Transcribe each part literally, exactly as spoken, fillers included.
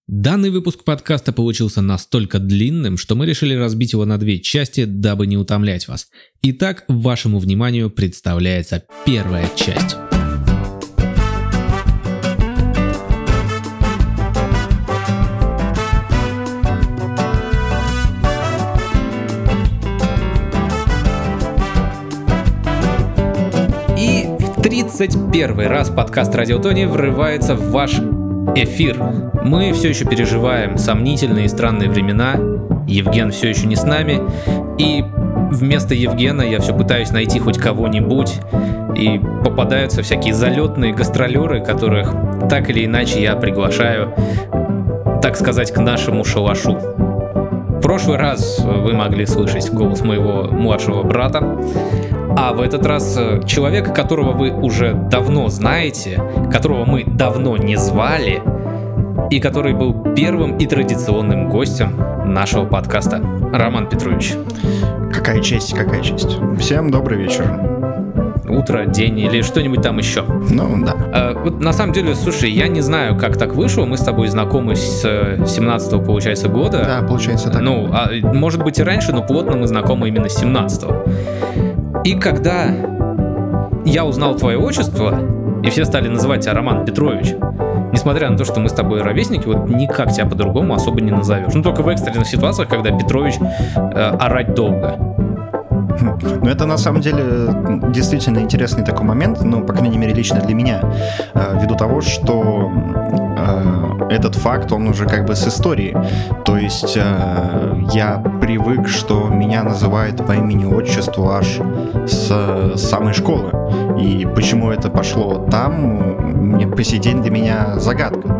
Данный выпуск подкаста получился настолько длинным, что мы решили разбить его на две части, дабы не утомлять вас. Итак, вашему вниманию представляется первая часть. И в тридцать первый раз подкаст «Радио Тони» врывается в ваш эфир. Мы все еще переживаем сомнительные и странные времена. Евген все еще не с нами. И вместо Евгена я все пытаюсь найти хоть кого-нибудь. И попадаются всякие залетные гастролеры, которых так или иначе я приглашаю, так сказать, к нашему шалашу. В прошлый раз вы могли слышать голос моего младшего брата. А в этот раз человека, которого вы уже давно знаете, которого мы давно не звали, и который был первым и традиционным гостем нашего подкаста. Роман Петрович. Какая честь, какая честь. Всем добрый вечер. Утро, день или что-нибудь там еще. Ну, да. А, вот на самом деле, слушай, я не знаю, как так вышло. Мы с тобой знакомы с семнадцатого, получается, года. Да, получается так. Ну, а, может быть и раньше, но плотно мы знакомы именно с семнадцатого. И когда я узнал твое отчество, и все стали называть тебя Роман Петрович, несмотря на то, что мы с тобой ровесники, вот никак тебя по-другому особо не назовешь. Ну, только в экстренных ситуациях, когда Петрович э, орать долго. Ну, это на самом деле действительно интересный такой момент, ну, по крайней мере, лично для меня, э, ввиду того, что э, этот факт, он уже как бы с историей. То есть э, я привык, что меня называют по имени-отчеству аж с, с самой школы. И почему это пошло там, мне по сей день для меня загадка.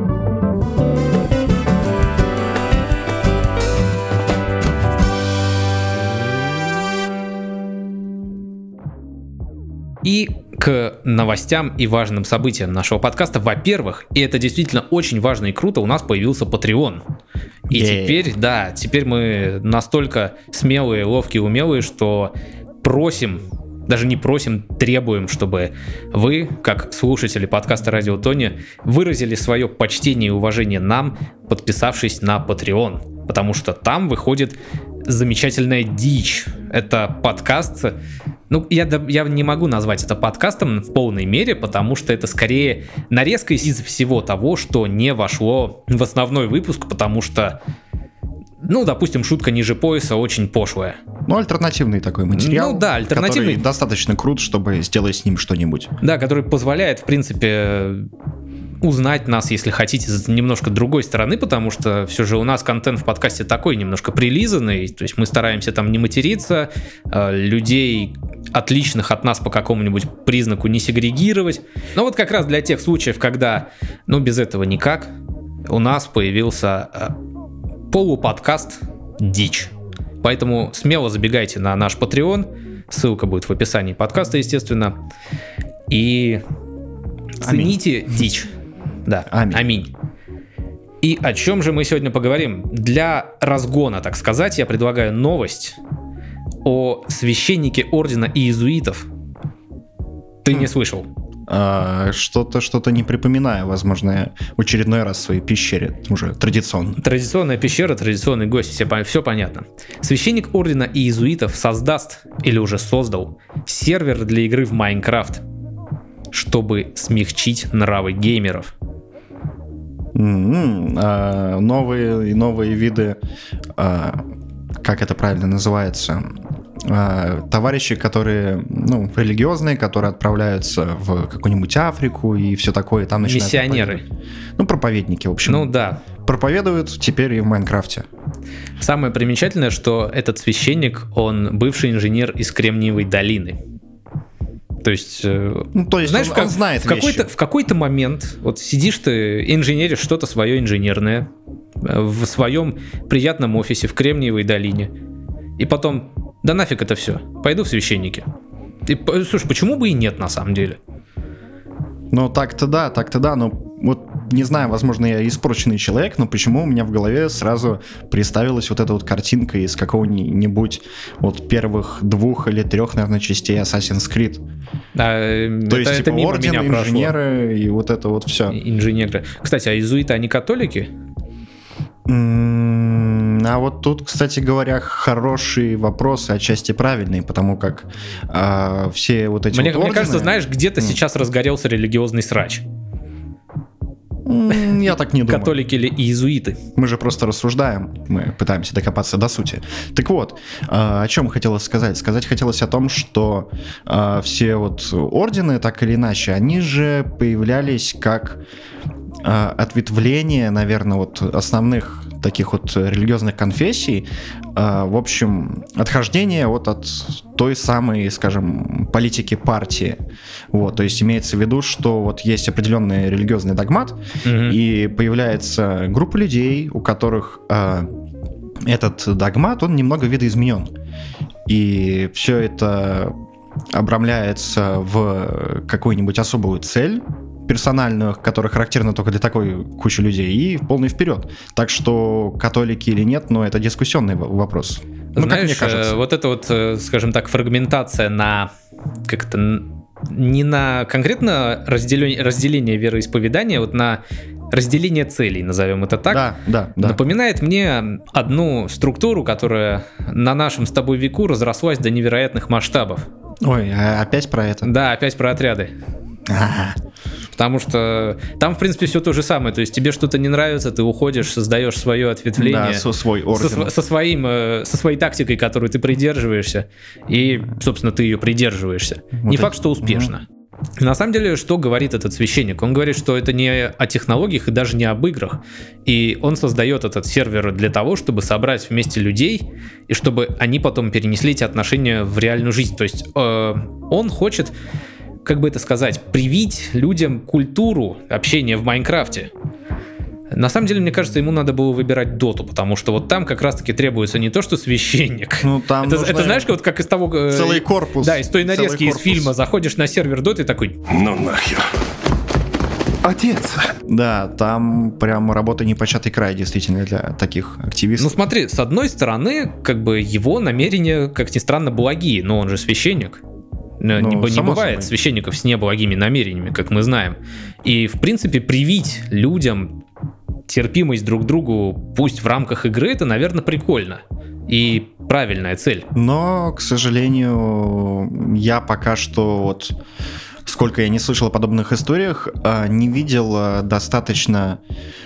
И к новостям и важным событиям нашего подкаста. Во-первых, и это действительно очень важно и круто, у нас появился Patreon. И yeah. теперь, да, теперь мы настолько смелые, ловкие, умелые, что просим, даже не просим, требуем, чтобы вы, как слушатели подкаста «Радио Тони», выразили свое почтение и уважение нам, подписавшись на Patreon. Потому что там выходит замечательная дичь. Это подкаст... Ну, я, я не могу назвать это подкастом в полной мере, потому что это скорее нарезка из всего того, что не вошло в основной выпуск, потому что, ну, допустим, шутка ниже пояса очень пошлая. Ну, альтернативный такой материал, ну, да, альтернативный, который достаточно крут, чтобы сделать с ним что-нибудь. Да, который позволяет, в принципе, узнать нас, если хотите, с немножко другой стороны, потому что все же у нас контент в подкасте такой немножко прилизанный, то есть мы стараемся там не материться, людей отличных от нас по какому-нибудь признаку не сегрегировать. Но вот как раз для тех случаев, когда, ну, без этого никак, у нас появился полуподкаст «Дичь». Поэтому смело забегайте на наш Patreon, ссылка будет в описании подкаста, естественно, и цените Аминь. Дичь. Да, аминь. аминь. И о чем же мы сегодня поговорим? Для разгона, так сказать, я предлагаю новость о священнике ордена иезуитов. Ты хм. не слышал? А, что-то, что-то не припоминаю, возможно, в очередной раз в своей пещере, уже традиционно. Традиционная пещера, традиционный гость, все, все понятно. Священник ордена иезуитов создаст, или уже создал, сервер для игры в Майнкрафт, чтобы смягчить нравы геймеров. Mm-hmm. А, новые, новые виды, а, как это правильно называется, а, товарищи, которые, ну, религиозные, которые отправляются в какую-нибудь Африку и все такое, там начинают миссионеры. Ну, проповедники, в общем. Ну да. Проповедуют теперь и в Майнкрафте. Самое примечательное, что этот священник, он бывший инженер из Кремниевой долины. То есть, ну, то есть знаешь, он, в, как, он знает в, какой-то, в какой-то момент вот сидишь ты, инженеришь что-то свое инженерное в своем приятном офисе в Кремниевой долине, и потом, да нафиг это все, пойду в священники. И, слушай, почему бы и нет на самом деле? Ну так-то да, так-то да, но вот не знаю, возможно, я испорченный человек, но почему у меня в голове сразу представилась вот эта вот картинка из какого-нибудь вот первых двух или трех, наверное, частей Assassin's Creed. А, То это, есть, это типа, мимо орден, меня инженеры прошло. И вот это вот все. Инженеры. Кстати, а иезуиты, они католики? А вот тут, кстати говоря, хорошие вопросы, отчасти правильные, потому как э, все вот эти Мне, вот мне ордены... кажется, знаешь, где-то Mm. сейчас разгорелся религиозный срач. Mm, я так не думаю. Католики или иезуиты. Мы же просто рассуждаем, мы пытаемся докопаться до сути. Так вот, э, о чем хотелось сказать? Сказать хотелось о том, что э, все вот ордены, так или иначе, они же появлялись как э, ответвление, наверное, вот основных таких вот религиозных конфессий, э, в общем, отхождение вот от той самой, скажем, политики партии. Вот, то есть имеется в виду, что вот есть определенный религиозный догмат, mm-hmm. и появляется группа людей, у которых э, этот догмат, он немного видоизменен. И все это обрамляется в какую-нибудь особую цель персональную, которая характерна только для такой кучи людей, и в полный вперед. Так что католики или нет, но это дискуссионный вопрос. Ну, знаешь, как мне кажется. Вот эта вот, скажем так, фрагментация на как-то не на конкретно разделение, разделение вероисповедания, вот на разделение целей, назовем это так, да, да, да. напоминает мне одну структуру, которая на нашем с тобой веку разрослась до невероятных масштабов. Ой, опять про это? Да, опять про отряды. Ага. Потому что там, в принципе, все то же самое. То есть тебе что-то не нравится, ты уходишь, создаешь свое ответвление. Да, со, свой орден. Со, со, своим, со своей тактикой, которую ты придерживаешься. И, собственно, ты ее придерживаешься. Вот не это... факт, что успешно. Mm-hmm. На самом деле, что говорит этот священник? Он говорит, что это не о технологиях и даже не об играх. И он создает этот сервер для того, чтобы собрать вместе людей, и чтобы они потом перенесли эти отношения в реальную жизнь. То есть э, он хочет... как бы это сказать, привить людям культуру общения в Майнкрафте. На самом деле, мне кажется, ему надо было выбирать доту, потому что вот там как раз-таки требуется не то, что священник. Ну, там это, это знаешь, вот как из того... Целый корпус. Да, из той нарезки из фильма заходишь на сервер доты и такой... Ну нахер. Отец. Да, там прям работа непочатый край, действительно, для таких активистов. Ну смотри, с одной стороны, как бы его намерения, как ни странно, благие, но он же священник. Ну, не, не бывает собой. Священников с неблагими намерениями, как мы знаем. И, в принципе, привить людям терпимость друг к другу, пусть в рамках игры, это, наверное, прикольно. И правильная цель. Но, к сожалению, я пока что вот... Сколько я не слышал о подобных историях, не видел достаточно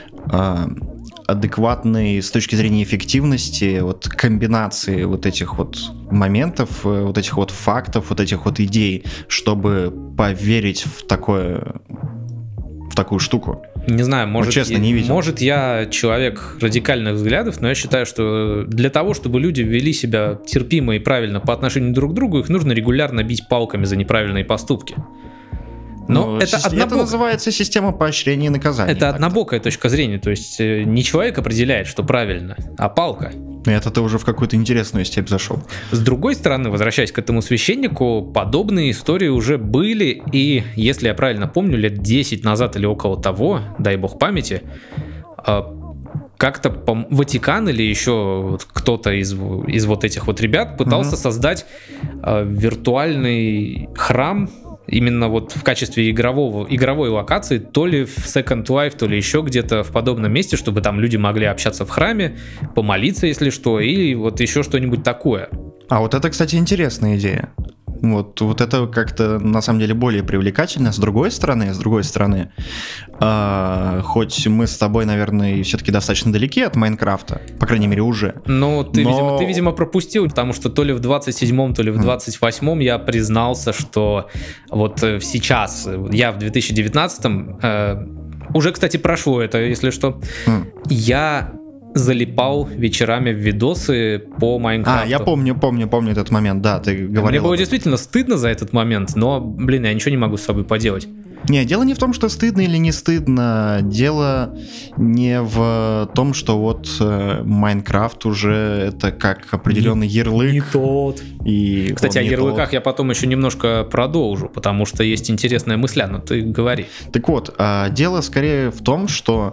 адекватной с точки зрения эффективности вот комбинации вот этих вот моментов, вот этих вот фактов, вот этих вот идей, чтобы поверить в такое, в такую штуку. Не знаю, может, вот, честно, не видел. Может, я человек радикальных взглядов, но я считаю, что для того, чтобы люди вели себя терпимо и правильно по отношению друг к другу, их нужно регулярно бить палками за неправильные поступки. Но ну, это, си- однобок... это называется система поощрения и наказания. Это однобокая точка зрения, то есть не человек определяет, что правильно, а палка. Это ты уже в какую-то интересную степь зашел. С другой стороны, возвращаясь к этому священнику, подобные истории уже были, и, если я правильно помню, лет десять назад или около того, дай бог памяти, как-то Ватикан или еще кто-то из, из вот этих вот ребят пытался mm-hmm. создать виртуальный храм, именно вот в качестве игрового, игровой локации, то ли в Second Life, то ли еще где-то в подобном месте, чтобы там люди могли общаться в храме, помолиться, если что, и вот еще что-нибудь такое. А вот это, кстати, интересная идея. Вот, вот это как-то на самом деле более привлекательно. С другой стороны, с другой стороны, э, хоть мы с тобой, наверное, все-таки достаточно далеки от Майнкрафта, по крайней мере, уже. Ну, ты, но... видимо, ты, видимо, пропустил, потому что то ли в двадцать седьмом, то ли в двадцать восьмом я признался, что вот сейчас, я в две тысячи девятнадцатом, э, уже, кстати, прошло это, если что, mm. я... залипал вечерами в видосы по Майнкрафту. А, я помню, помню, помню этот момент, да, ты говорил. Мне было действительно стыдно за этот момент, но, блин, я ничего не могу с собой поделать. Не, дело не в том, что стыдно или не стыдно, дело не в том, что вот Майнкрафт э, уже это как определенный не, ярлык. Не тот. И Кстати, о ярлыках тот. Я потом еще немножко продолжу, потому что есть интересная мысля, но ты говори. Так вот, э, дело скорее в том, что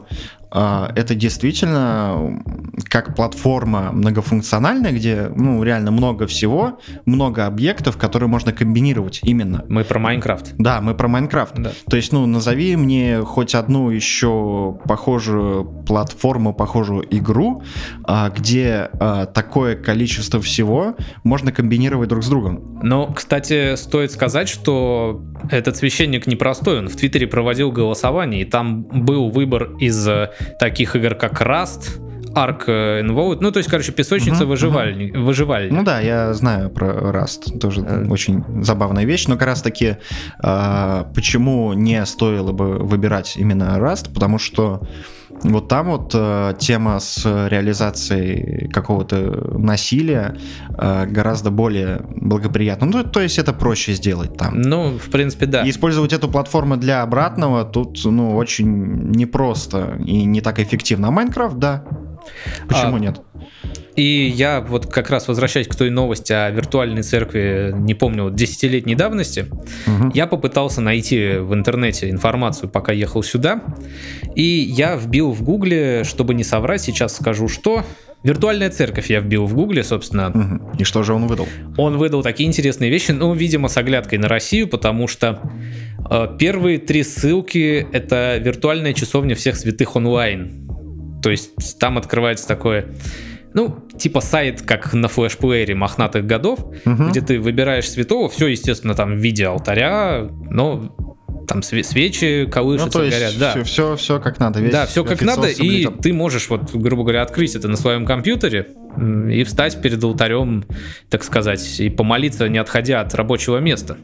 это действительно как платформа многофункциональная, где, ну, реально много всего, много объектов, которые можно комбинировать именно. Мы про Майнкрафт. Да, мы про Майнкрафт. Да. То есть, ну, назови мне хоть одну еще похожую платформу, похожую игру, где такое количество всего можно комбинировать друг с другом. Но, кстати, стоит сказать, что этот священник непростой. Он в Твиттере проводил голосование, и там был выбор из таких игр, как Rust, Ark Involved, ну, то есть, короче, песочница uh-huh, выживальни, uh-huh. выживальня. Ну да, я знаю про Rust, тоже uh-huh. очень забавная вещь, но как раз таки э, почему не стоило бы выбирать именно Rust, потому что вот там вот э, тема с реализацией какого-то насилия э, гораздо более благоприятна. Ну, то есть это проще сделать там. Ну, в принципе, да. И использовать эту платформу для обратного тут, ну, очень непросто и не так эффективно. А Майнкрафт, да. Почему а, нет? И я вот как раз возвращаясь к той новости о виртуальной церкви, не помню, вот десятилетней давности, угу. я попытался найти в интернете информацию, пока ехал сюда, и я вбил в гугле, чтобы не соврать, сейчас скажу, что... Виртуальная церковь я вбил в гугле, собственно. Угу. И что же он выдал? Он выдал такие интересные вещи, ну, видимо, с оглядкой на Россию, потому что э, первые три ссылки — это виртуальная часовня всех святых онлайн. То есть там открывается такое, ну, типа сайт, как на флешплеере мохнатых годов, uh-huh. где ты выбираешь святого, все, естественно, там в виде алтаря, но там свечи колышутся, ну, горят. Да. Все, все, все как надо. Весь да, все как надо, и ты можешь, вот, грубо говоря, открыть это на своем компьютере и встать перед алтарем, так сказать, и помолиться, не отходя от рабочего места.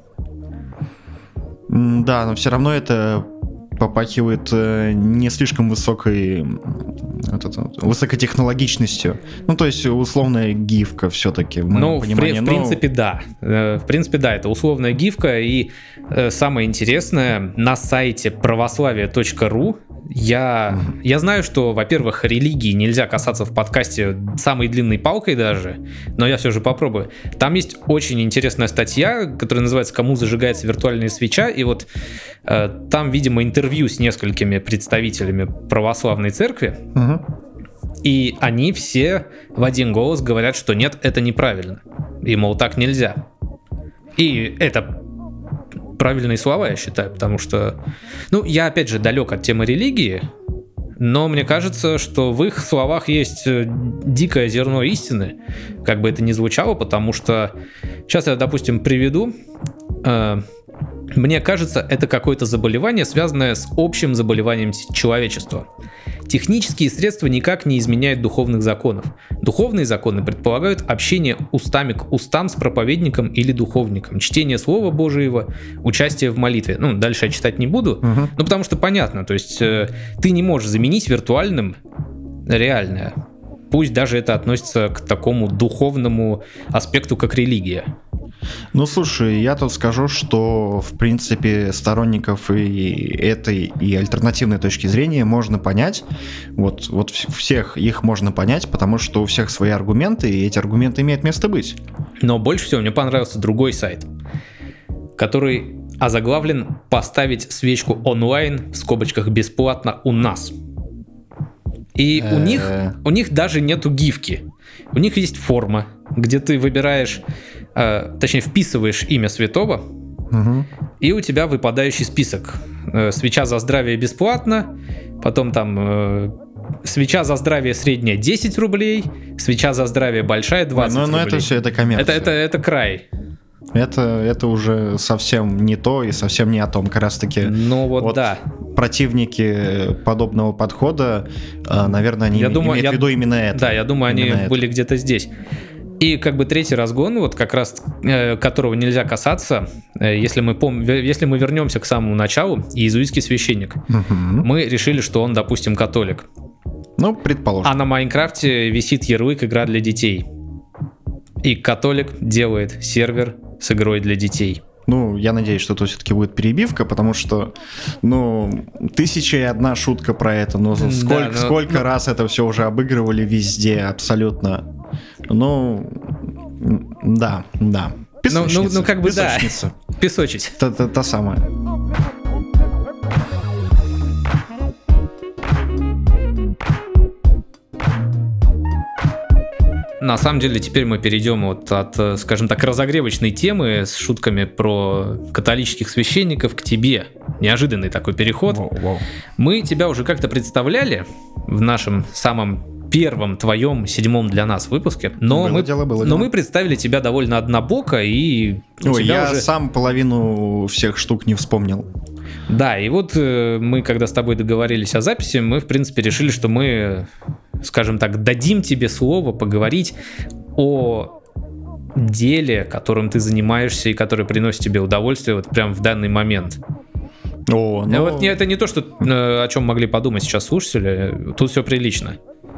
Да, но все равно это... попахивает э, не слишком высокой вот это, высокотехнологичностью. Ну, то есть условная гифка все-таки. В ну, в, понимании, в но... принципе, да. Э, в принципе, да, это условная гифка. И э, самое интересное, на сайте православие точка ру я, mm-hmm. я знаю, что, во-первых, религии нельзя касаться в подкасте самой длинной палкой даже, но я все же попробую. Там есть очень интересная статья, которая называется «Кому зажигается виртуальная свеча», и вот э, там, видимо, интервью с несколькими представителями православной церкви, mm-hmm. и они все в один голос говорят, что нет, это неправильно, и, мол, так нельзя. И это правильные слова, я считаю, потому что, ну, я, опять же, далек от темы религии, но мне кажется, что в их словах есть дикое зерно истины, как бы это ни звучало, потому что, сейчас я, допустим, приведу, э, мне кажется, это какое-то заболевание, связанное с общим заболеванием человечества. Технические средства никак не изменяют духовных законов. Духовные законы предполагают общение устами к устам с проповедником или духовником, чтение Слова Божьего, участие в молитве. Ну, дальше я читать не буду, угу. ну, потому что понятно, то есть э, ты не можешь заменить виртуальным реальное. Пусть даже это относится к такому духовному аспекту, как религия. Ну, слушай, я тут скажу, что, в принципе, сторонников и этой, и альтернативной точки зрения можно понять. Вот, вот всех их можно понять, потому что у всех свои аргументы, и эти аргументы имеют место быть. Но больше всего мне понравился другой сайт, который озаглавлен «Поставить свечку онлайн, в скобочках бесплатно у нас». И у них, у них даже нету гифки. У них есть форма, где ты выбираешь, э, точнее вписываешь имя святого, угу. и у тебя выпадающий список. Э, свеча за здравие бесплатно, потом там э, свеча за здравие средняя десять рублей, свеча за здравие большая двадцать но, но рублей. Но это все, это коммерция. Это, это, это край. Это, это уже совсем не то и совсем не о том, как раз таки. Ну вот, вот да. Противники подобного подхода, наверное, они я имеют думаю, в я, виду именно это. Да, я думаю, именно они это. Были где-то здесь. И как бы третий разгон, вот как раз э, которого нельзя касаться, э, если мы пом- если мы вернемся к самому началу, иезуитский священник, угу. мы решили, что он, допустим, католик. Ну, предположим. А на Майнкрафте висит ярлык «Игра для детей». И католик делает сервер с игрой для детей. Ну, я надеюсь, что это все-таки будет перебивка, потому что, ну, тысяча и одна шутка про это, но да, сколько, но, сколько но... раз это все уже обыгрывали везде, абсолютно. Ну, да, да. Песочница. Ну, ну, ну как бы Песочница. Да. Песочить. Та, та, та самая. на самом деле теперь мы перейдем вот от, скажем так, разогревочной темы с шутками про католических священников к тебе. Неожиданный такой переход. Воу, воу. Мы тебя уже как-то представляли в нашем самом первом твоем седьмом для нас выпуске, но, Было мы, дело, было но дело. мы представили тебя довольно однобоко, и у Ой, тебя я уже... сам половину всех штук не вспомнил. Да, и вот э, мы, когда с тобой договорились о записи, мы, в принципе, решили, что мы, скажем так, дадим тебе слово поговорить о деле, которым ты занимаешься и который приносит тебе удовольствие вот прям в данный момент. О, ну... Вот не- это не то, что, э, о чем могли подумать сейчас слушатели, тут все прилично.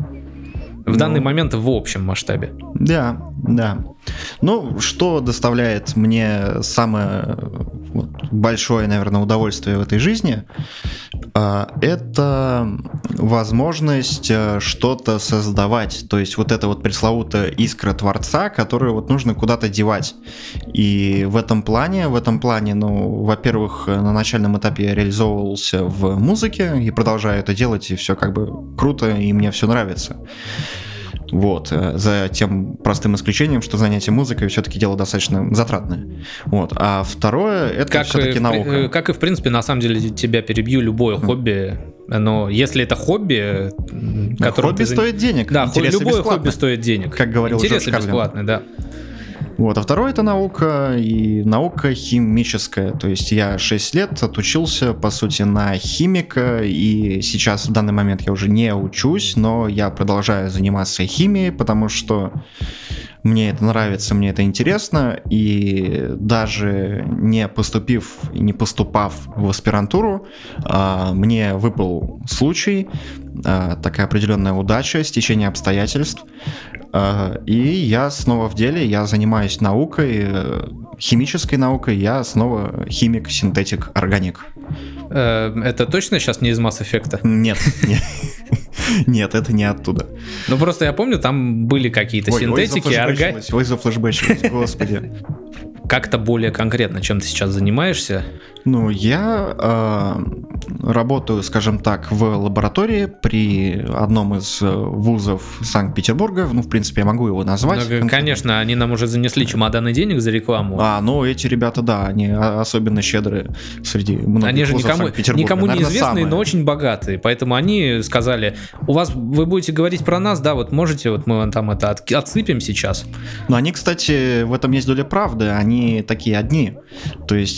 В Ну. данный момент в общем масштабе. Да, да. Ну, что доставляет мне самое вот, большое, наверное, удовольствие в этой жизни, а, это возможность а, что-то создавать. То есть вот эта вот пресловутая искра Творца, которую вот нужно куда-то девать. И в этом плане, в этом плане, ну, во-первых, на начальном этапе я реализовывался в музыке и продолжаю это делать, и все как бы круто, и мне все нравится. Вот, за тем простым исключением, что занятие музыкой все-таки дело достаточно затратное. Вот. А второе, это Как, все-таки и, в, наука. при- как и в принципе, на самом деле, тебя перебью, любое хобби, но если это хобби, м, Но которым хобби ты зан- стоит денег, Да, хо- интересы любое бесплатно. хобби стоит денег. Как говорил Интересы Джордж Карлин. бесплатные, да. Вот. А второе это наука, и наука химическая. То есть я шесть лет отучился, по сути, на химика, и сейчас в данный момент я уже не учусь, но я продолжаю заниматься химией, потому что мне это нравится, мне это интересно, и даже не поступив, не поступав в аспирантуру, а, мне выпал случай, а, такая определенная удача, стечение обстоятельств, а, и я снова в деле, я занимаюсь наукой, э, химической наукой, я снова химик, синтетик, органик. Э, Это точно сейчас не из Mass Effect? Нет, нет, нет, это не оттуда. Ну просто я помню, там были какие-то Ой, ой, синтетики, орга... зафлешбэчилось, ой, зафлешбэчилось, господи. Как-то более конкретно, чем ты сейчас занимаешься. Ну, я э, работаю, скажем так, в лаборатории при одном из э, вузов Санкт-Петербурга. Ну, в принципе, я могу его назвать. Ну, конечно, они нам уже занесли чемоданы денег за рекламу. А, ну, эти ребята, да, они а- особенно щедрые среди многих Они же вузов никому, Санкт-Петербурга. никому Наверное, неизвестные, самые. но очень богатые. Поэтому они сказали: у вас, вы будете говорить про нас, да, вот можете, вот мы вам там это от- отсыпем сейчас. Но они, кстати, в этом есть доля правды, они такие одни. То есть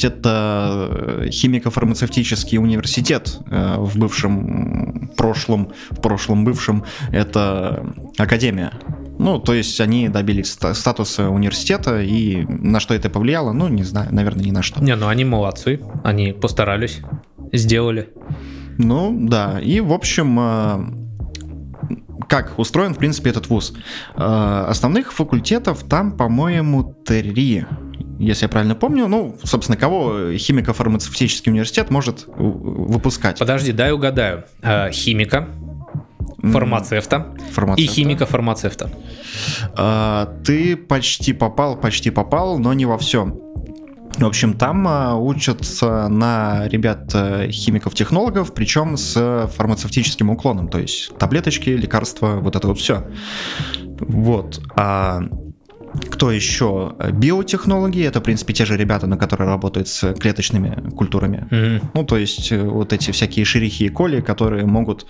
это химико-фармацевтический университет э, в бывшем прошлом, в прошлом бывшем, это академия. Ну, то есть они добились ста- статуса университета, и на что это повлияло, ну, не знаю, наверное, ни на что. Не, ну они молодцы, они постарались, сделали. Ну, да, и, в общем, э, как устроен, в принципе, этот вуз? Э, Основных факультетов там, по-моему, три, если я правильно помню. Ну, собственно, кого химико-фармацевтический университет может в- выпускать? Подожди, дай угадаю. Э, Химика, фармацевта и Фармацевта. химика-фармацевта. Э, Ты почти попал, почти попал, но не во всем. В общем, там э, учатся на ребят э, химиков-технологов, причем с фармацевтическим уклоном, то есть таблеточки, лекарства, вот это вот все. Вот. А кто еще? Биотехнологи, это, в принципе, те же ребята, на которые работают с клеточными культурами. Мгм. Ну, то есть э, вот эти всякие шерихи и коли, которые могут...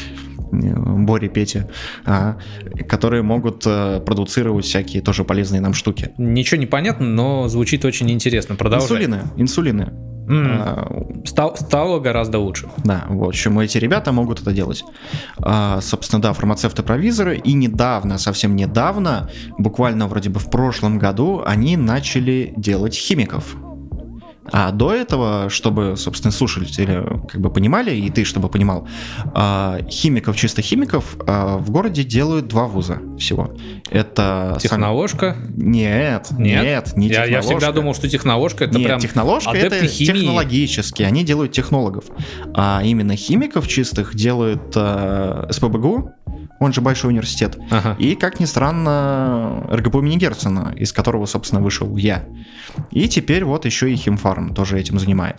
Бори, Петя, а, которые могут э, продуцировать всякие тоже полезные нам штуки. Ничего не понятно, но звучит очень интересно. Продолжай. Инсулины, инсулины. М, А, стал- стало гораздо лучше. Да, в общем, эти ребята могут это делать. А, собственно, да, фармацевты-провизоры. И недавно, совсем недавно, буквально вроде бы в прошлом году, они начали делать химиков. А до этого, чтобы, собственно, слушатели как бы понимали, и ты, чтобы понимал, а, химиков, чисто химиков, а, в городе делают два вуза всего. Это... Техноложка? Сан- Нет, Нет? нет, не Я, я техноложка. всегда думал, что техноложка это Нет, прям техноложка адепты это химии. технологически, они делают технологов. А именно химиков чистых делают э, СПбГУ, он же Большой университет. Ага. И, как ни странно, РГПУ имени Герцена, из которого, собственно, вышел я. И теперь вот еще и химфарм тоже этим занимается.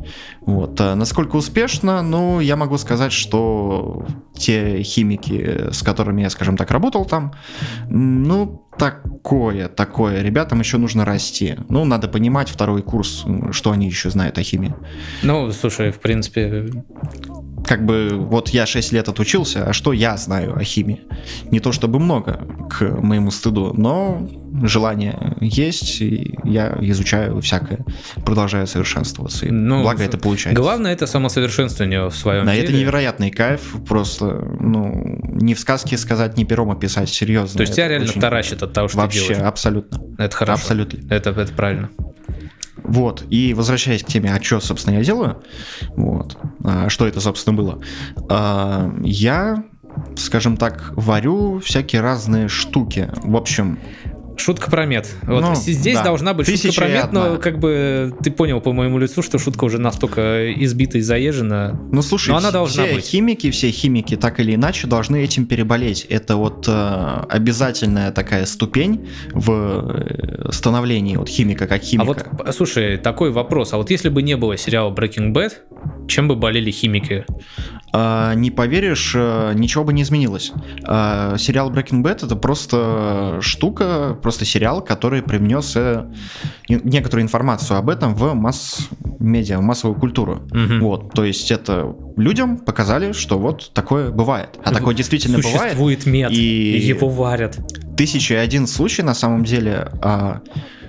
Вот. А насколько успешно, ну, я могу сказать, что те химики, с которыми я, скажем так, работал там, ну, такое, такое. Ребятам еще нужно расти. Ну, надо понимать второй курс, что они еще знают о химии. Ну, слушай, в принципе... Как бы, вот я шесть лет отучился, а что я знаю о химии? Не то чтобы много, к моему стыду, но желание есть, и я изучаю всякое, продолжаю совершенствоваться, и ну, благо это получается. Главное — это самосовершенствование в своем да, деле. Это невероятный кайф, просто, ну, не в сказке сказать, не пером описать, серьезно. То есть тебя реально очень... таращит от того, что Вообще, ты делаешь? Вообще, абсолютно. Это хорошо. Абсолютно. Это, это правильно. Вот, и возвращаясь к теме, а что, собственно, я делаю, вот, а, что это, собственно, было, а, я, скажем так, варю всякие разные штуки, в общем... Шутка про мед. Вот ну, здесь да. должна быть Тысяча шутка про мед, но как бы ты понял по моему лицу, что шутка уже настолько избита и заезжена. Ну слушай, но она должна все быть. химики, все химики так или иначе должны этим переболеть. Это вот э, обязательная такая ступень в становлении вот химика как химика. А вот, слушай, такой вопрос. А вот если бы не было сериала Breaking Bad, чем бы болели химики? А, не поверишь, ничего бы не изменилось. А, сериал Breaking Bad — это просто штука, просто сериал, который привнес некоторую информацию об этом в масс-медиа, в массовую культуру. Угу. Вот, то есть это людям показали, что вот такое бывает. А такое действительно Существует бывает. Существует мед, и его варят. Тысяча и один случай, на самом деле... А,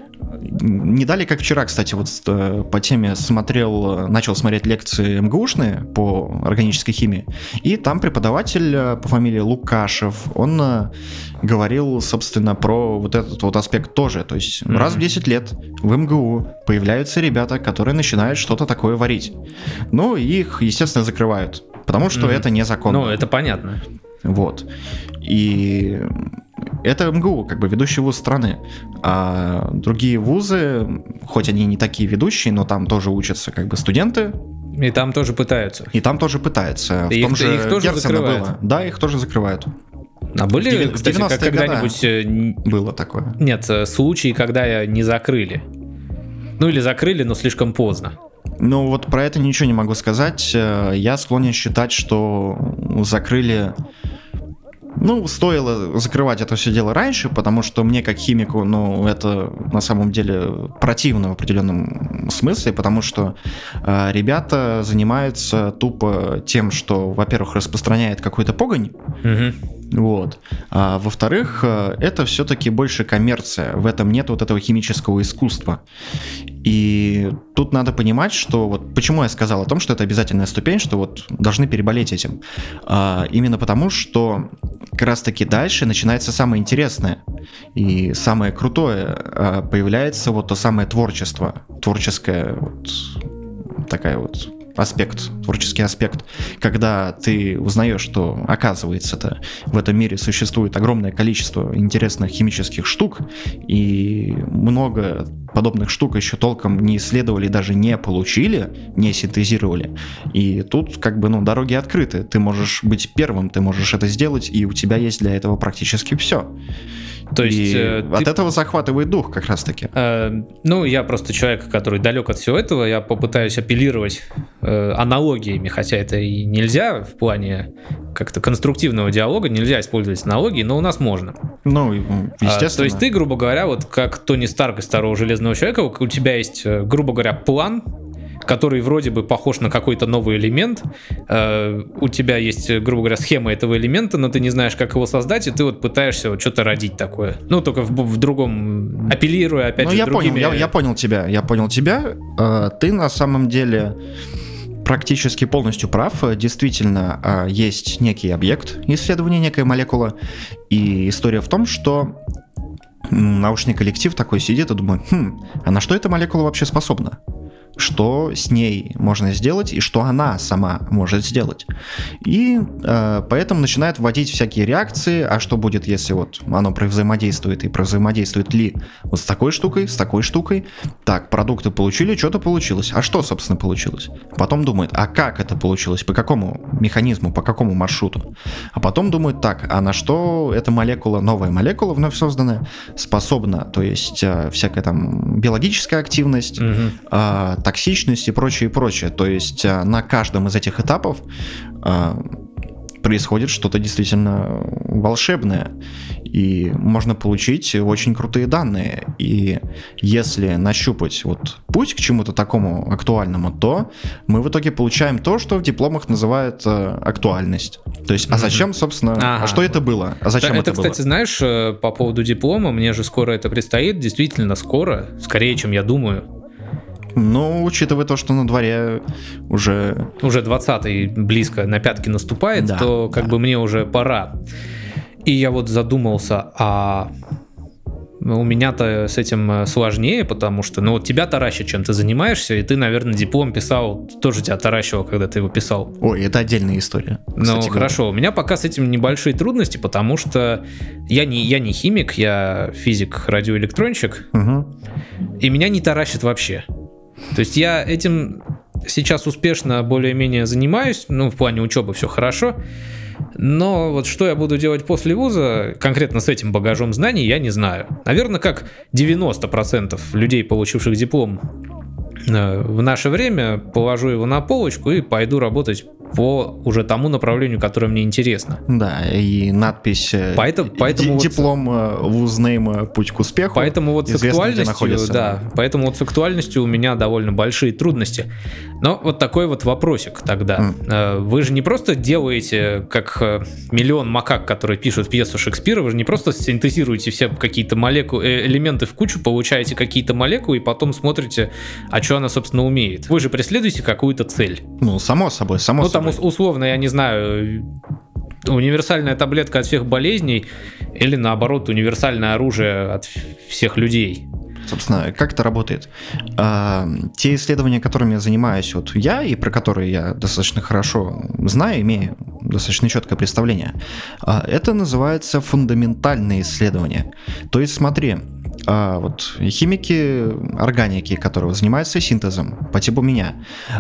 не дали, как вчера, кстати, вот по теме смотрел, начал смотреть лекции МГУшные по органической химии, и там преподаватель по фамилии Лукашев, он говорил, собственно, про вот этот вот аспект тоже, то есть mm-hmm. раз в десять лет в МГУ появляются ребята, которые начинают что-то такое варить. Ну, их, естественно, закрывают, потому что mm-hmm. это незаконно. Ну, это понятно. Вот. И... это МГУ, как бы ведущий вуз страны. А другие вузы, хоть они не такие ведущие, но там тоже учатся как бы студенты. И там тоже пытаются. И там тоже пытаются. В их, том же их тоже Герцена закрывают. Было. Да, их тоже закрывают. А были, кстати, когда-нибудь... Было такое. Нет, случаи, когда не закрыли. Ну или закрыли, но слишком поздно. Ну вот про это ничего не могу сказать. Я склонен считать, что закрыли... Ну, стоило закрывать это все дело раньше, потому что мне, как химику, ну, это на самом деле противно в определенном смысле, потому что э, ребята занимаются тупо тем, что, во-первых, распространяет какую-то погонь, угу. вот, а во-вторых, э, это все-таки больше коммерция, в этом нет вот этого химического искусства. И тут надо понимать, что вот почему я сказал о том, что это обязательная ступень, что вот должны переболеть этим. А, именно потому, что как раз таки дальше начинается самое интересное и самое крутое. А, появляется вот то самое творчество, творческое вот такая вот аспект, творческий аспект, когда ты узнаешь, что, оказывается-то, в этом мире существует огромное количество интересных химических штук, и много подобных штук еще толком не исследовали, даже не получили, не синтезировали. И тут как бы, ну, дороги открыты. Ты можешь быть первым, ты можешь это сделать, и у тебя есть для этого практически все. То есть и э, от ты... этого захватывает дух как раз-таки. Э, ну, я просто человек, который далек от всего этого. Я попытаюсь апеллировать э, аналогиями, хотя это и нельзя в плане как-то конструктивного диалога. Нельзя использовать аналогии, но у нас можно. Ну, естественно. А, то есть ты, грубо говоря, вот как Тони Старк из Второго Железного Человека, у тебя есть, грубо говоря, план, который вроде бы похож на какой-то новый элемент. Э, у тебя есть, грубо говоря, схема этого элемента, но ты не знаешь, как его создать, и ты вот пытаешься вот что-то родить такое. Ну, только в, в другом, апеллируя, опять ну, же, я другими... Понял, я, я понял тебя, я понял тебя. Э, ты на самом деле практически полностью прав. Действительно, э, есть некий объект исследования, некая молекула, и история в том, что научный коллектив такой сидит и думает, хм, а на что эта молекула вообще способна? Что с ней можно сделать и что она сама может сделать. И э, поэтому начинает вводить всякие реакции, а что будет, если вот оно взаимодействует, и взаимодействует ли вот с такой штукой, с такой штукой. Так, продукты получили, что-то получилось. А что, собственно, получилось? Потом думает, а как это получилось, по какому механизму, по какому маршруту? А потом думает, так, а на что эта молекула, новая молекула вновь созданная, способна, то есть э, всякая там биологическая активность, угу. э, токсичность и прочее, и прочее. То есть на каждом из этих этапов происходит что-то действительно волшебное, и можно получить очень крутые данные. И если нащупать вот путь к чему-то такому актуальному, то мы в итоге получаем то, что в дипломах называют э, актуальность. То есть, а зачем, собственно, ага. а что это было? А зачем это, это, это было? Кстати, знаешь, по поводу диплома, мне же скоро это предстоит, действительно скоро, скорее, чем я думаю. Ну, учитывая то, что на дворе уже... Уже двадцатый близко на пятки наступает, да, то как да. бы мне уже пора. И я вот задумался, а у меня-то с этим сложнее, потому что, ну вот тебя таращит, чем ты занимаешься, и ты, наверное, диплом писал, тоже тебя таращило, когда ты его писал. Ой, это отдельная история. Ну, хорошо, у меня пока с этим небольшие трудности, потому что я не, я не химик, я физик-радиоэлектронщик, угу. и меня не таращит вообще. То есть я этим сейчас успешно более-менее занимаюсь, ну, в плане учебы все хорошо, но вот что я буду делать после вуза, конкретно с этим багажом знаний, я не знаю. Наверное, как девяносто процентов людей, получивших диплом в наше время, положу его на полочку и пойду работать по уже тому направлению, которое мне интересно. Да, и надпись поэтому, поэтому диплом вот, вузнейма «Путь к успеху». Поэтому вот с актуальностью, да, поэтому вот с актуальностью у меня довольно большие трудности. Но вот такой вот вопросик тогда. Mm. Вы же не просто делаете, как миллион макак, которые пишут пьесу Шекспира, вы же не просто синтезируете все какие-то молекулы, элементы в кучу, получаете какие-то молекулы и потом смотрите, а что она, собственно, умеет. Вы же преследуете какую-то цель. Ну, само собой, само ну, собой. Там условно, я не знаю, универсальная таблетка от всех болезней или, наоборот, универсальное оружие от всех людей. Собственно, как это работает? А, те исследования, которыми я занимаюсь вот я, и про которые я достаточно хорошо знаю, имею достаточно четкое представление, а, это называется фундаментальные исследования. То есть, смотри, а, вот химики органики, которые занимаются синтезом по типу меня,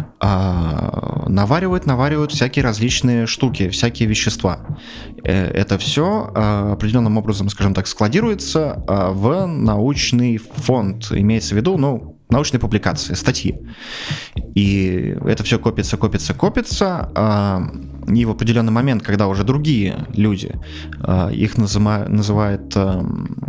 а, наваривают, наваривают всякие различные штуки, всякие вещества. Это все а, определенным образом, скажем так, складируется а, в научный фонд, имеется в виду, ну, научные публикации, статьи. И это все копится, копится, копится, а, и в определенный момент, когда уже другие люди а, их назыма, называют а,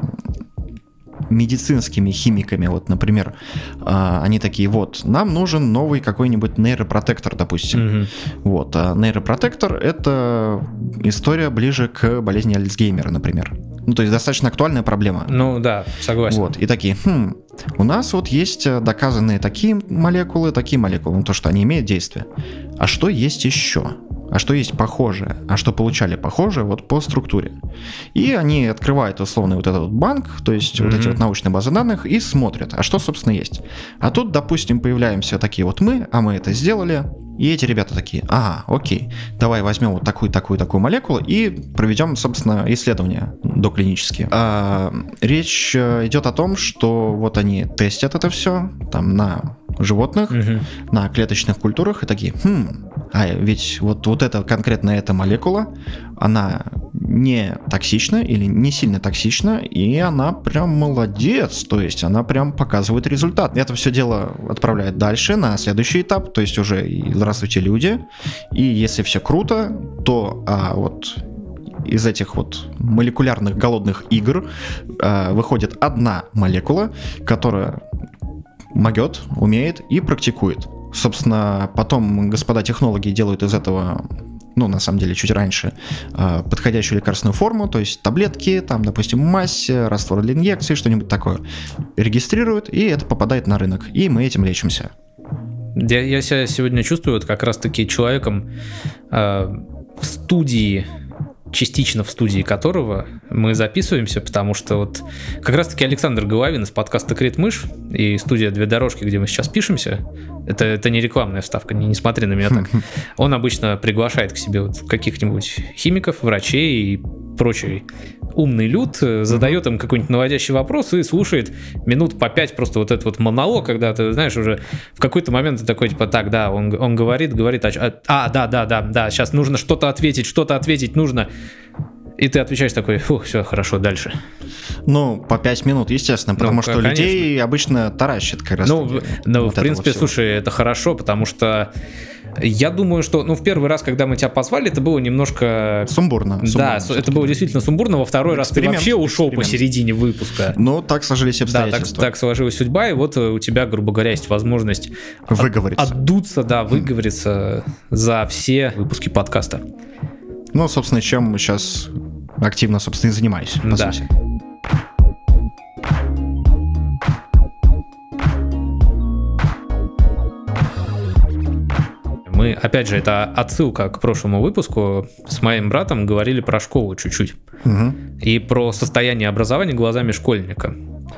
медицинскими химиками, вот, например, а, они такие, вот, нам нужен новый какой-нибудь нейропротектор, допустим. Mm-hmm. Вот, а нейропротектор — это история ближе к болезни Альцгеймера, например. Ну, то есть достаточно актуальная проблема. Ну да, согласен. Вот, и такие, хм, у нас вот есть доказанные такие молекулы, такие молекулы, ну то, что они имеют действие. А что есть еще? А что есть похожее? А что получали похожее вот по структуре? И они открывают условный вот этот вот банк, то есть mm-hmm. вот эти вот научные базы данных, и смотрят, а что, собственно, есть. А тут, допустим, появляемся такие вот мы, а мы это сделали, и эти ребята такие, ага, окей, давай возьмем вот такую, такую, такую молекулу и проведем, собственно, исследования доклинические. А, речь идет о том, что вот они тестят это все там на животных, угу. на клеточных культурах и такие, хм, а ведь вот, вот эта конкретно эта молекула, она не токсична или не сильно токсична, и она прям молодец, то есть она прям показывает результат. Это все дело отправляет дальше на следующий этап, то есть уже и здравствуйте, люди, и если все круто, то а, вот из этих вот молекулярных голодных игр а, выходит одна молекула, которая могет, умеет и практикует. Собственно, потом господа технологи делают из этого, ну, на самом деле, чуть раньше, подходящую лекарственную форму, то есть таблетки, там, допустим, мазь, раствор для инъекций, что-нибудь такое. Регистрируют, и это попадает на рынок, и мы этим лечимся. Я, я себя сегодня чувствую вот как раз-таки человеком э, в студии, частично в студии которого мы записываемся, потому что вот как раз-таки Александр Головин из подкаста «Крит-мышь» и студия «Две дорожки», где мы сейчас пишемся, это, это не рекламная вставка, не, не смотри на меня так, он обычно приглашает к себе вот каких-нибудь химиков, врачей и прочий умный люд, задает им какой-нибудь наводящий вопрос и слушает минут по пять просто вот этот вот монолог, когда ты, знаешь, уже в какой-то момент ты такой, типа, так, да, он, он говорит, говорит, а, а, да, да, да, да, сейчас нужно что-то ответить, что-то ответить нужно. И ты отвечаешь такой: фух, все, хорошо, дальше. Ну, по пять минут, естественно, потому ну, что конечно. людей обычно таращит как раз. Ну, ну вот в принципе, слушай, это хорошо, потому что я думаю, что, ну, в первый раз, когда мы тебя позвали, это было немножко... Сумбурно. Да, сумбурно, это было действительно сумбурно. Во второй раз ты вообще ушел посередине выпуска. Ну, так сложились обстоятельства. Да, так, так сложилась судьба, и вот у тебя, грубо говоря, есть возможность выговориться. От, отдуться, да, выговориться mm. за все выпуски подкаста. Ну, собственно, чем сейчас активно, собственно, и занимаюсь, по да. сути. Мы, опять же, это отсылка к прошлому выпуску. С моим братом говорили про школу чуть-чуть. Угу. И про состояние образования глазами школьника.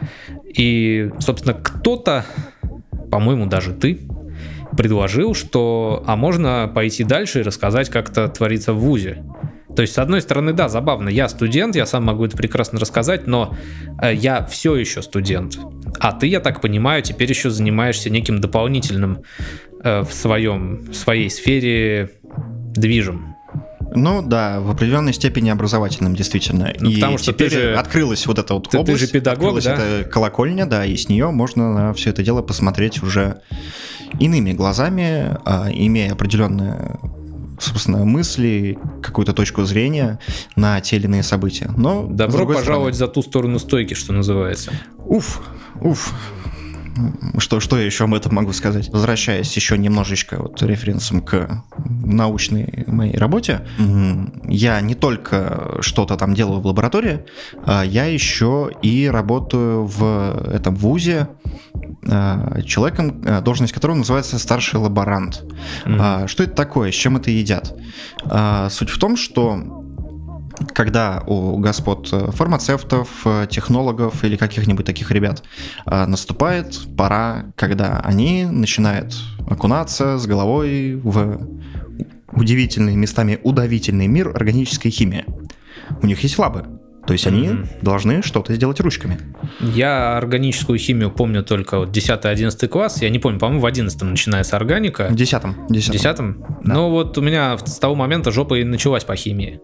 И, собственно, кто-то, по-моему, даже ты, предложил, что а можно пойти дальше и рассказать, как это творится в вузе. То есть, с одной стороны, да, забавно, я студент, я сам могу это прекрасно рассказать, но э, я все еще студент. А ты, я так понимаю, теперь еще занимаешься неким дополнительным э, в своем, в своей сфере движем. Ну да, в определенной степени образовательным, действительно. Ну, и потому что теперь ты же, открылась вот эта вот ты, область, ты же педагог, открылась да? эта колокольня, да, и с нее можно на все это дело посмотреть уже иными глазами, а, имея определенные, собственно, мысли, какую-то точку зрения на те или иные события. Но, добро пожаловать стороны... за ту сторону стойки, что называется. Уф, уф. Что, что я еще об этом могу сказать? Возвращаясь еще немножечко вот референсом к научной моей работе, я не только что-то там делаю в лаборатории, я еще и работаю в этом вузе человеком, должность которого называется старший лаборант. Mm-hmm. Что это такое? С чем это едят? Суть в том, что когда у господ фармацевтов, технологов или каких-нибудь таких ребят наступает пора, когда они начинают окунаться с головой в удивительный, местами удивительный мир органической химии. У них есть лабы, то есть они mm-hmm. должны что-то сделать ручками. Я органическую химию помню только вот десятый-одиннадцатый класс. Я не помню, по-моему, в одиннадцатом начинается органика. В десятом. В десятом? Да. Ну вот у меня с того момента жопа и началась по химии.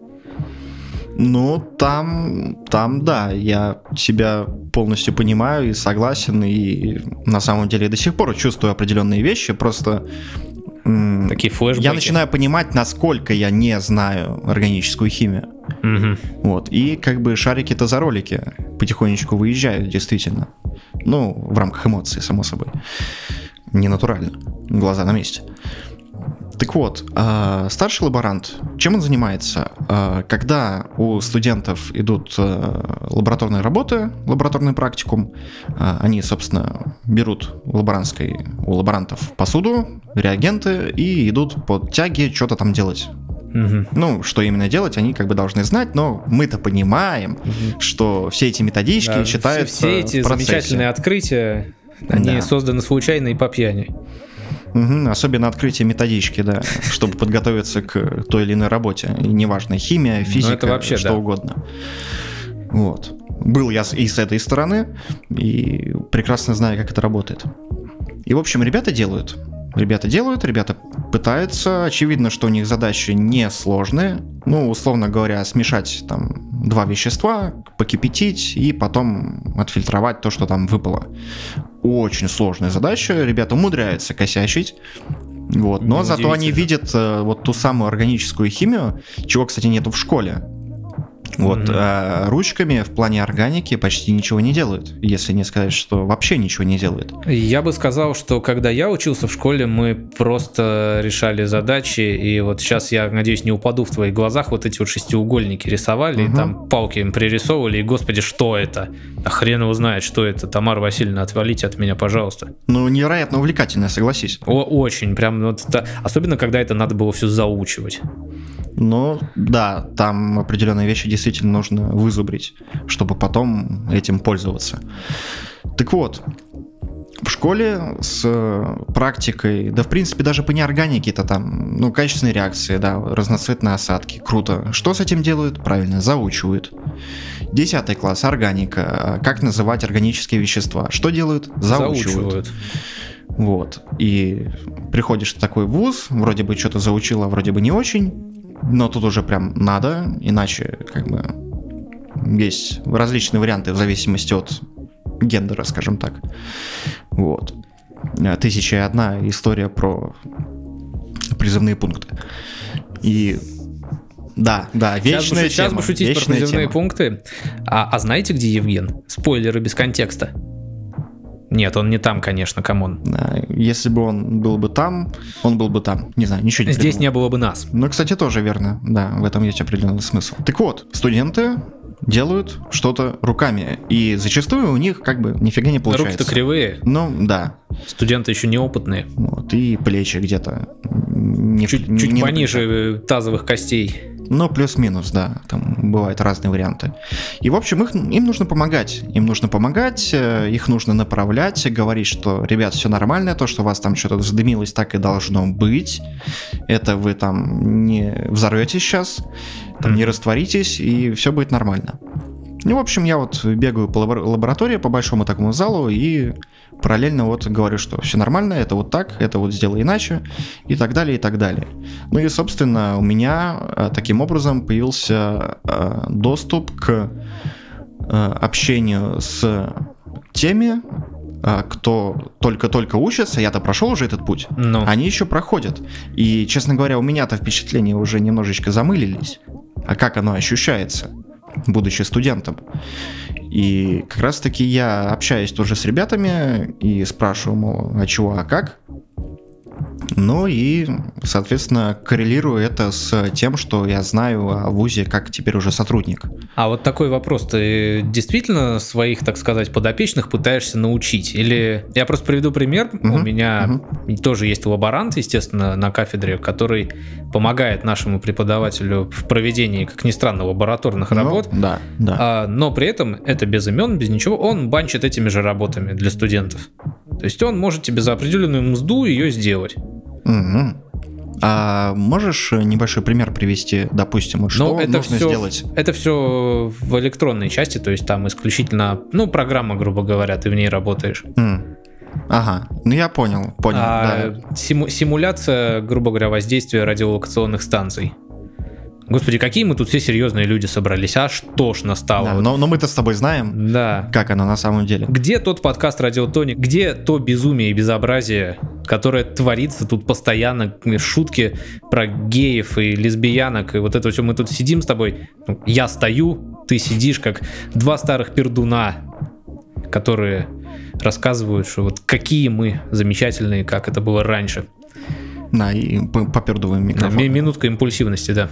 Ну, там, там, да, я себя полностью понимаю и согласен, и на самом деле до сих пор чувствую определенные вещи, просто м- такие флешбеки. Я начинаю понимать, насколько я не знаю органическую химию. Угу. Вот, и как бы шарики-то за ролики потихонечку выезжают, действительно. Ну, в рамках эмоций, само собой. Не натурально, глаза на месте. Так вот, старший лаборант, чем он занимается? Когда у студентов идут лабораторные работы, лабораторный практикум, они, собственно, берут лаборантской, у лаборантов посуду, реагенты и идут под тяги что-то там делать. Угу. Ну, что именно делать, они как бы должны знать, но мы-то понимаем, угу. что все эти методички да, считаются все, все эти в процессе. Замечательные открытия, они да. созданы случайно и по пьяни. Угу, особенно открытие методички, да, чтобы подготовиться к той или иной работе. И неважно, химия, физика, это вообще, что да. угодно. Вот. Был я и с этой стороны, и прекрасно знаю, как это работает. И, в общем, ребята делают. Ребята делают, ребята пытаются. Очевидно, что у них задачи несложные. Ну, условно говоря, смешать там два вещества, покипятить и потом отфильтровать то, что там выпало. Очень сложная задача. Ребята умудряются косячить. Вот. Но зато они видят э, вот ту самую органическую химию, чего, кстати, нету в школе. Вот, mm-hmm. а ручками в плане органики почти ничего не делают, если не сказать, что вообще ничего не делают. Я бы сказал, что когда я учился в школе, мы просто решали задачи, и вот сейчас я, надеюсь, не упаду в твоих глазах, вот эти вот шестиугольники рисовали, mm-hmm. и там палки им пририсовывали, и, господи, что это? А хрен его знает, что это. Тамара Васильевна, отвалите от меня, пожалуйста. Ну, невероятно увлекательно, согласись. О, очень, прям вот это, особенно когда это надо было все заучивать. Ну, да, там определенные вещи действительно нужно вызубрить, чтобы потом этим пользоваться. Так вот, в школе с практикой, да, в принципе, даже по неорганике-то там, ну, качественные реакции, да, разноцветные осадки, круто. Что с этим делают? Правильно, заучивают. Десятый класс, органика, как называть органические вещества. Что делают? Заучивают. Заучивают. Вот, и приходишь в такой вуз, вроде бы что-то заучил, а вроде бы не очень. но тут уже прям надо, иначе как бы есть различные варианты в зависимости от гендера, скажем так. Вот. Тысяча и одна история про призывные пункты. И да, да, вечная сейчас тема. бы шутить вечная про призывные тема. пункты. А, а знаете, где Евген? Спойлеры без контекста. Нет, он не там, конечно, камон. Да, если бы он был бы там, он был бы там. Не знаю, ничего не Здесь придумал. не было бы нас. Ну, кстати, тоже верно. Да, в этом есть определенный смысл. Так вот, студенты делают что-то руками. И зачастую у них как бы нифига не получается. Руки-то кривые. Ну, да. Студенты еще неопытные. Вот, и плечи где-то не, Чуть, не- чуть не пониже тазовых костей. Ну, плюс-минус, да, там бывают разные варианты. И, в общем, их, им нужно помогать. Им нужно помогать, э, их нужно направлять, говорить, что, ребят, все нормально, то, что у вас там что-то задымилось, так и должно быть. Это вы там не взорветесь сейчас, там не растворитесь, и все будет нормально. Ну, в общем, я вот бегаю по лабор- лаборатории, по большому такому залу, и параллельно вот говорю, что все нормально, это вот так, это вот сделай иначе, и так далее, и так далее. Ну и, собственно, у меня э, таким образом появился э, доступ к э, общению с теми, э, кто только-только учится, я-то прошел уже этот путь, Ну. они еще проходят. И, честно говоря, у меня-то впечатления уже немножечко замылились. А как оно ощущается, будучи студентом? И как раз-таки я общаюсь тоже с ребятами и спрашиваю, мол, а чего, а как? Ну и, соответственно, коррелирую это с тем, что я знаю о вузе как теперь уже сотрудник. А вот такой вопрос. Ты действительно своих, так сказать, подопечных пытаешься научить? Или я просто приведу пример. Мгм, У меня мгм. тоже есть лаборант, естественно, на кафедре, который помогает нашему преподавателю в проведении, как ни странно, лабораторных Ну, работ. да, да. А, но при этом это без имен, без ничего. Он банчит этими же работами для студентов. То есть он может тебе за определенную мзду ее сделать. Мгм. А можешь небольшой пример привести, допустим, вот что Но это нужно все, сделать? это все в электронной части, то есть там исключительно, ну, программа, грубо говоря, ты в ней работаешь. М. Ага, ну я понял, понял, А да. симу- симуляция, грубо говоря, воздействия радиолокационных станций. Господи, какие мы тут все серьезные люди собрались, аж тошно стало. Да, Вот. но, но мы-то с тобой знаем, Да. как оно на самом деле. Где тот подкаст Радиотоник? Где то безумие и безобразие, которое творится тут постоянно? Шутки про геев и лесбиянок, и вот это все. Мы тут сидим с тобой, ну, я стою, ты сидишь, как два старых пердуна, которые рассказывают, что вот какие мы замечательные, как это было раньше. Да, и п- попердываем микрофон. Ми- Минутка импульсивности, да.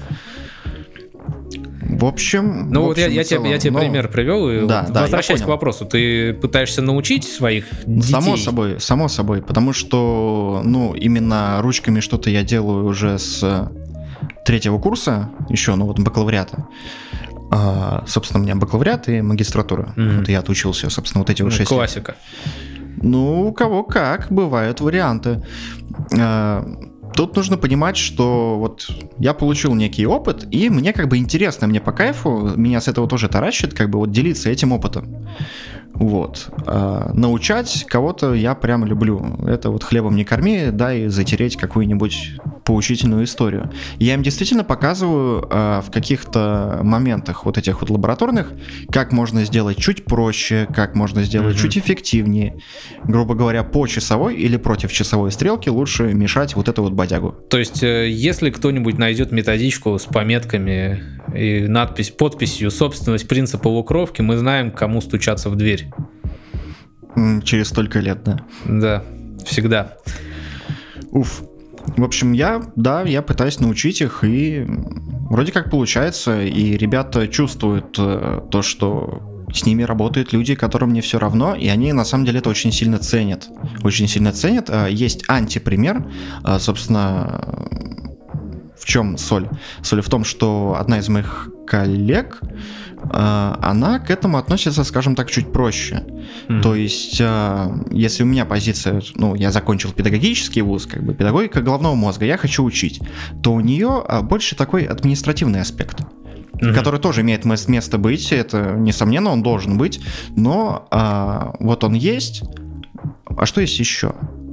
В общем... Ну в вот я, общем, я в тебе, целом, я тебе ну, пример привел, и да, вот да, я возвращаясь к понял. вопросу, ты пытаешься научить своих детей? Само собой, само собой, потому что, ну, именно ручками что-то я делаю уже с третьего курса, еще, ну, вот бакалавриата. А, собственно, у меня бакалавриат и магистратура. Мгм. Вот я отучился, собственно, вот эти вот Ну, шесть лет. классика. Ну, у кого как, бывают варианты. А, Тут нужно понимать, что вот я получил некий опыт, и мне как бы интересно, мне по кайфу, меня с этого тоже таращит, как бы вот делиться этим опытом. Вот. А научать кого-то я прям люблю. Это вот хлебом не корми, дай затереть какую-нибудь поучительную историю. Я им действительно показываю а, в каких-то моментах вот этих вот лабораторных, как можно сделать чуть проще, как можно сделать Мгм. чуть эффективнее. Грубо говоря, по часовой или против часовой стрелки лучше мешать вот эту вот бодягу. То есть, э, если кто-нибудь найдет методичку с пометками и надпись, подписью «Собственность принца полукровки», мы знаем, к кому стучаться в дверь. М, Через столько лет, да. Да, всегда. Уф. В общем, я, да, я пытаюсь научить их, и вроде как получается, и ребята чувствуют э, то, что с ними работают люди, которым не все равно, и они на самом деле это очень сильно ценят. Очень сильно ценят. Э, Есть антипример, э, собственно, в чем соль? Соль в том, что одна из моих коллег, э, она к этому относится, скажем так, чуть проще. Мгм. То есть, э, если у меня позиция, ну, я закончил педагогический вуз, как бы педагогика головного мозга, я хочу учить, то у нее э, больше такой административный аспект, Мгм. который тоже имеет мес- место быть, это, несомненно, он должен быть, но э, вот он есть. А что есть еще?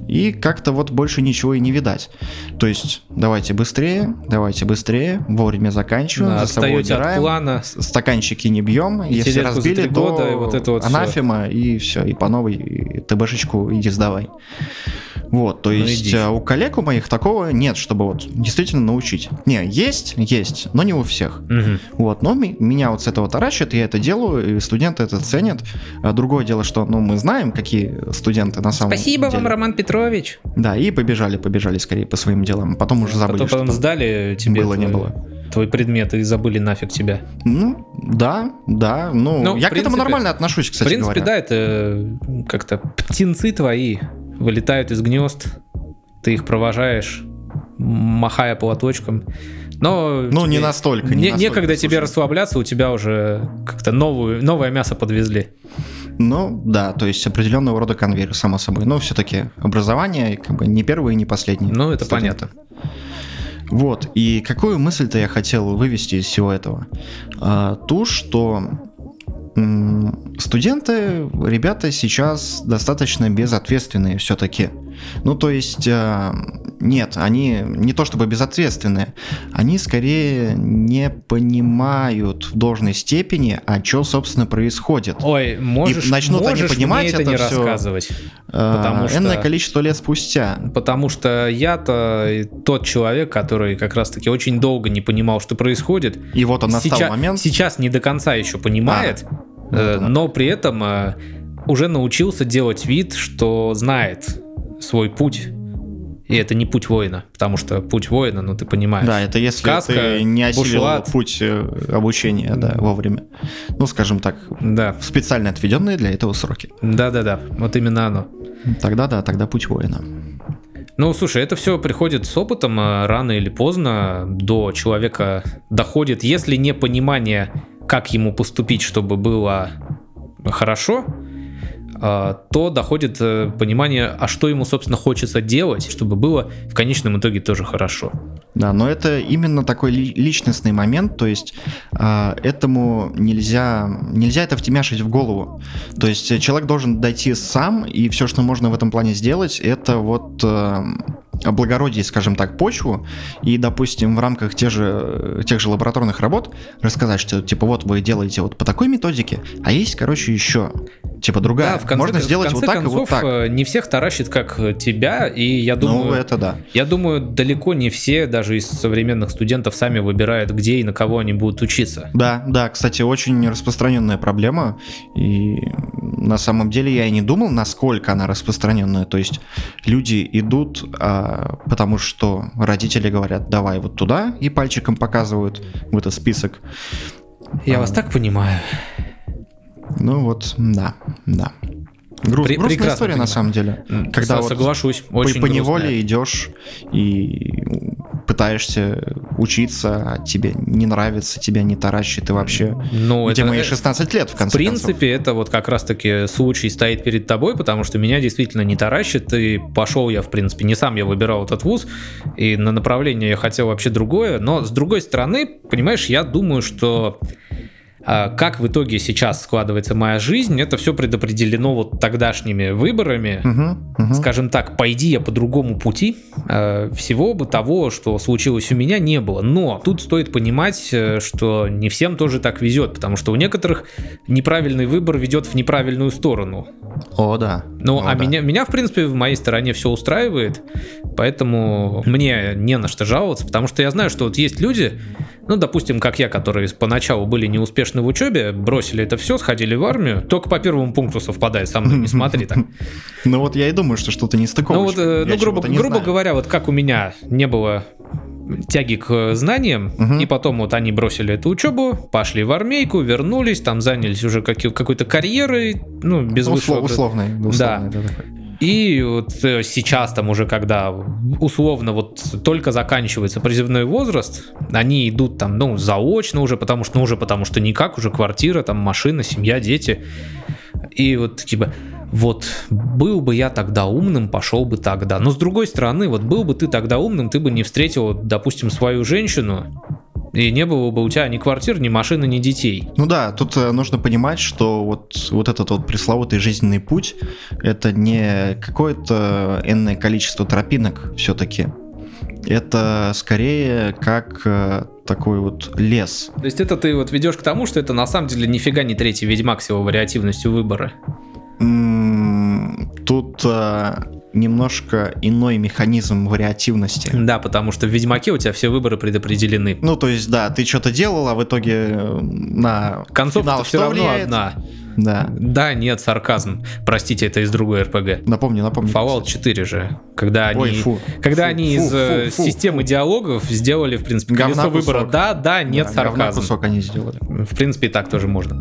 и как-то вот больше ничего и не видать. То есть давайте быстрее, давайте быстрее, вовремя заканчиваем, Да, за собой отстаете от убираем, плана. стаканчики не бьем, И если тележку за разбили, три то года, и вот это вот анафема, и все, и по новой и ТБшечку иди сдавай. Вот, то Ну, есть иди. у коллег у моих такого нет, чтобы вот действительно научить. Не, есть, есть, но не у всех. Мгм. Вот, но ми- меня вот с этого таращит, я это делаю, и студенты это ценят. А другое дело, что, ну, мы знаем, какие студенты на самом Спасибо деле. вам, Роман Петрович. Да, и побежали, побежали скорее по своим делам. Потом уже забыли, Потом, что потом там сдали тебе было, не твой, было. твой предмет и забыли нафиг тебя. Ну, да, да, ну, Ну, я в к этому принципе- нормально отношусь, В кстати принципе, говоря. да, это как-то птенцы твои вылетают из гнезд, ты их провожаешь, махая платочком. Но Ну, тебе не настолько, не не- настолько, некогда тебе слушай. расслабляться, у тебя уже как-то новую, новое мясо подвезли. Ну, да, то есть определенного рода конвейер, само собой. Но все-таки образование как бы не первое и не последнее. Ну, это студента. Вот, и какую мысль-то я хотел вывести из всего этого? А, ту, что м, студенты, ребята сейчас достаточно безответственные все-таки. Ну, то есть, а, нет, они не то чтобы безответственные, они скорее не понимают в должной степени, а что, собственно, происходит. Ой, можешь, начнут они можешь понимать мне это, это не всё. рассказывать. А, потому что- энное количество лет спустя. Потому что я-то тот человек, который как раз-таки очень долго не понимал, что происходит. И вот он настал сейчас, момент. сейчас не до конца еще понимает, А, э, вот оно. но при этом э, уже научился делать вид, что знает свой путь. И это не путь воина, потому что путь воина, ну ты понимаешь. Да, это если Каска, ты не осилил бушлат. путь э, обучения, да, вовремя. Ну, скажем так, Да, в специально отведенные для этого сроки. да-да-да, вот именно оно. Тогда да, тогда путь воина. Ну, слушай, это все приходит с опытом, а рано или поздно до человека доходит, если не понимание, как ему поступить, чтобы было хорошо, а, то доходит э, понимание, а что ему, собственно, хочется делать, чтобы было в конечном итоге тоже хорошо. Да, но это именно такой ли- личностный момент, то есть а, этому нельзя, нельзя это втемяшить в голову. То есть э, человек должен дойти сам, и все, что можно в этом плане сделать, это вот э, облагородить, скажем так, почву, и, допустим, в рамках тех же, тех же лабораторных работ рассказать, что, типа, вот вы делаете вот по такой методике, а есть, короче, еще, типа, другая. Да, в конце, Можно в сделать конце вот так концов, и вот так. э, не всех таращит, как тебя, и я думаю... Ну, это да. Я думаю, далеко не все, даже из современных студентов, сами выбирают, где и на кого они будут учиться. Да, да, кстати, очень распространенная проблема, и на самом деле я и не думал, насколько она распространенная. То есть люди идут, а, потому что родители говорят, давай вот туда, и пальчиком показывают в этот список. Я А. вас так понимаю. Ну вот, да, да. Груз- Пре- грустная прекрасно история на понимаю. самом деле. М, Когда со- вот соглашусь, по, очень по грустная. неволе идешь и пытаешься учиться, а тебе не нравится, тебя не таращит, и вообще... Ну, Где это, мои э, шестнадцать лет, в В конце принципе, концов. это вот как раз-таки случай стоит перед тобой, потому что меня действительно не таращит, и пошел я, в принципе, не сам я выбирал этот вуз, и на направление я хотел вообще другое, но с другой стороны, понимаешь, я думаю, что а, как в итоге сейчас складывается моя жизнь, это все предопределено вот тогдашними выборами. Мгм, мгм. Скажем так, пойди я по другому пути, э, всего бы того, что случилось у меня, не было. Но тут стоит понимать, э, что не всем тоже так везет, потому что у некоторых неправильный выбор ведет в неправильную сторону. О, да. Ну, О, а да. меня, меня, в принципе, в моей стороне все устраивает, поэтому мне не на что жаловаться, потому что я знаю, что вот есть люди, ну, допустим, как я, которые поначалу были неуспешны в учебе, бросили это все, сходили в армию, только по первому пункту совпадает со мной, не смотри так. Ну вот я и думаю, что что-то не стыковочка. Ну вот, э, Я ну, грубо, чего-то не грубо знаю. говоря, вот как у меня не было тяги к знаниям, Мгм. и потом вот они бросили эту учебу, пошли в армейку, вернулись, там занялись уже каки- какой-то карьерой, ну, без Услов- высшего... условный, условный, да, такой. И вот э, сейчас там уже, когда условно вот только заканчивается призывной возраст, они идут там, ну, заочно уже, потому что, ну, уже потому что никак, уже квартира, там, машина, семья, дети. И вот, типа, вот был бы я тогда умным, пошел бы тогда. Но с другой стороны, вот был бы ты тогда умным, ты бы не встретил, допустим, свою женщину, И не было бы у тебя ни квартир, ни машины, ни детей. Ну да, тут э, нужно понимать, что вот, вот этот вот пресловутый жизненный путь — это не какое-то энное количество тропинок все-таки. Это скорее как э, такой вот лес. То есть это ты вот ведешь к тому, что это на самом деле нифига не третий Ведьмак с его вариативностью выбора. М-м, тут э, немножко иной механизм вариативности. Да, потому что в Ведьмаке у тебя все выборы предопределены. Ну, то есть, да, ты что-то делал, а в итоге э, на Концовка финал все что равно влияет? одна. Да. Да, нет, сарказм. Простите, это из другой эр пи джи. Напомни, напомни. Fallout четыре же, когда они, Ой, фу. когда Фу, они фу, из фу, э, фу, системы фу. диалогов сделали, в принципе, Говна колесо выбора. кусок. Да, да, нет, Да, говна сарказм. кусок они сделали. В принципе, и так тоже можно.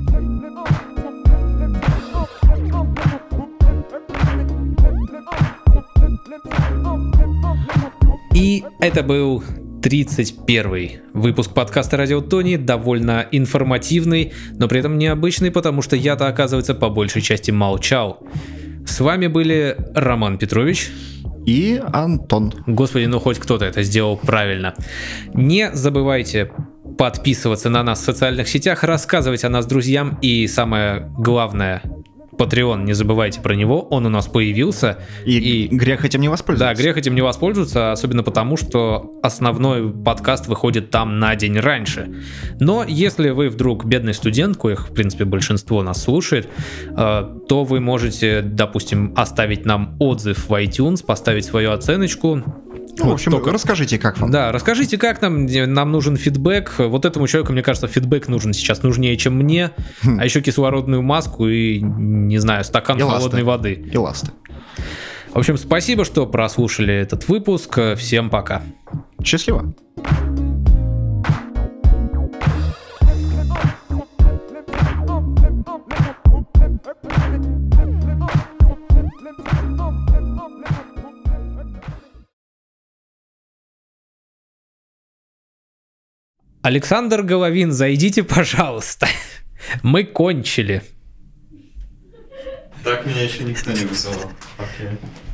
И это был тридцать первый выпуск подкаста «Радио Тони», довольно информативный, но при этом необычный, потому что я-то, оказывается, по большей части молчал. С вами были Роман Петрович И Антон. Господи, ну хоть кто-то это сделал правильно. Не забывайте подписываться на нас в социальных сетях, рассказывать о нас друзьям и, самое главное, Patreon, не забывайте про него, он у нас появился. И, И- грех этим не Да, воспользоваться. грех этим не воспользоваться, особенно потому, что основной подкаст выходит там на день раньше. Но если вы вдруг бедный студент, коих, в принципе, большинство нас слушает, э, то вы можете, допустим, оставить нам отзыв в iTunes, поставить свою оценочку. Ну, в общем, только- расскажите, как вам. Да, расскажите, как нам, нам нужен фидбэк. Вот этому человеку, мне кажется, фидбэк нужен сейчас нужнее, чем мне. Хм. А еще кислородную маску и, не знаю, стакан И ласты. холодной воды. И ласты. В общем, спасибо, что прослушали этот выпуск. Всем пока. Счастливо. Александр Головин, зайдите, пожалуйста. Мы кончили. Так меня еще никто не вызывал. Окей.